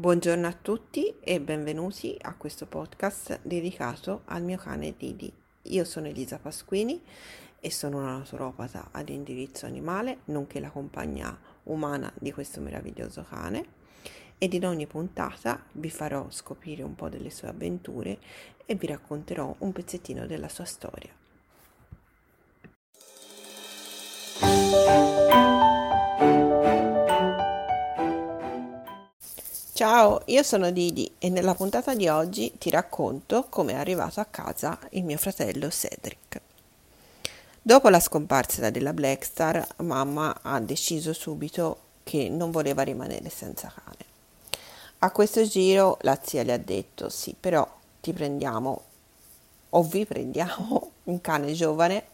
Buongiorno a tutti e benvenuti a questo podcast dedicato al mio cane Didi. Io sono Elisa Pasquini e sono una naturopata ad indirizzo animale, nonché la compagna umana di questo meraviglioso cane, ed in ogni puntata vi farò scoprire un po' delle sue avventure e vi racconterò un pezzettino della sua storia. Ciao, io sono Didi e nella puntata di oggi ti racconto come è arrivato a casa il mio fratello Cedric. Dopo la scomparsa della Black Star, mamma ha deciso subito che non voleva rimanere senza cane. A questo giro la zia le ha detto: sì, però ti prendiamo o vi prendiamo un cane giovane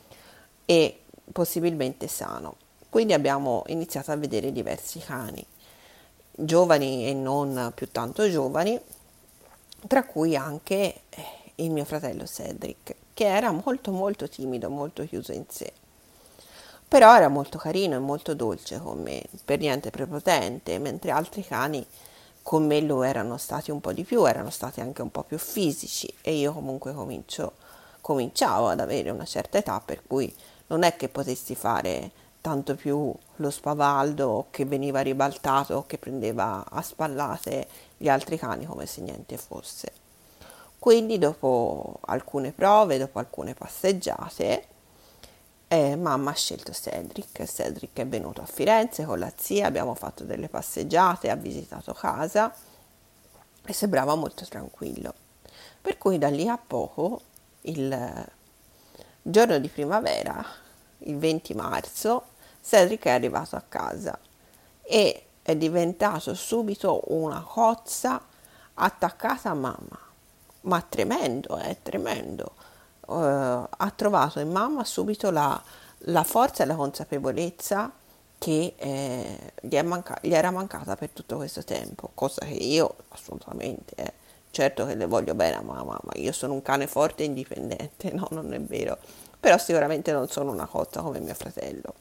e possibilmente sano. Quindi abbiamo iniziato a vedere diversi cani, giovani e non più tanto giovani, tra cui anche il mio fratello Cedric, che era molto molto timido, molto chiuso in sé. Però era molto carino e molto dolce con me, per niente prepotente, mentre altri cani con me lo erano stati un po' di più, erano stati anche un po' più fisici e io comunque cominciavo ad avere una certa età, per cui non è che potessi fare tanto più lo spavaldo che veniva ribaltato o che prendeva a spallate gli altri cani come se niente fosse. Quindi dopo alcune prove, dopo alcune passeggiate, mamma ha scelto Cedric. Cedric è venuto a Firenze con la zia, abbiamo fatto delle passeggiate, ha visitato casa e sembrava molto tranquillo. Per cui da lì a poco, il giorno di primavera, il 20 marzo, Cedric è arrivato a casa e è diventato subito una cozza attaccata a mamma. Ma tremendo, tremendo. Ha trovato in mamma subito la forza e la consapevolezza che gli era mancata per tutto questo tempo, cosa che io assolutamente, certo che le voglio bene a mamma, ma io sono un cane forte e indipendente, no, non è vero, però sicuramente non sono una cozza come mio fratello.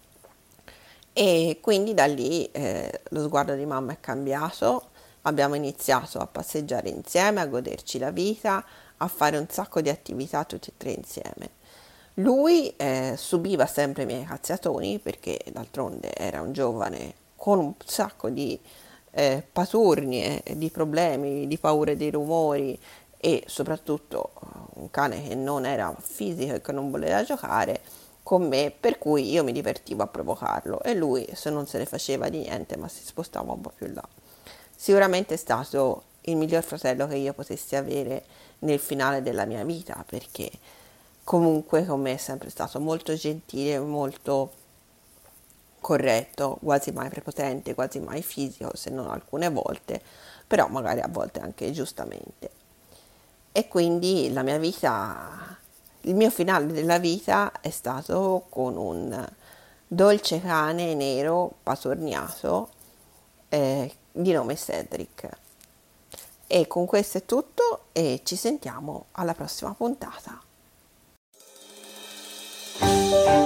E quindi da lì lo sguardo di mamma è cambiato, abbiamo iniziato a passeggiare insieme, a goderci la vita, a fare un sacco di attività tutti e tre insieme. Lui subiva sempre i miei cazziatoni perché d'altronde era un giovane con un sacco di paturnie, di problemi, di paure dei rumori e soprattutto un cane che non era fisico e che non voleva giocare con me, per cui io mi divertivo a provocarlo e lui se non se ne faceva di niente ma si spostava un po' più là. Sicuramente è stato il miglior fratello che io potessi avere nel finale della mia vita, perché comunque con me è sempre stato molto gentile, molto corretto, quasi mai prepotente, quasi mai fisico, se non alcune volte, però magari a volte anche giustamente. E quindi la mia vita, il mio finale della vita è stato con un dolce cane nero patorniato di nome Cedric. E con questo è tutto e ci sentiamo alla prossima puntata.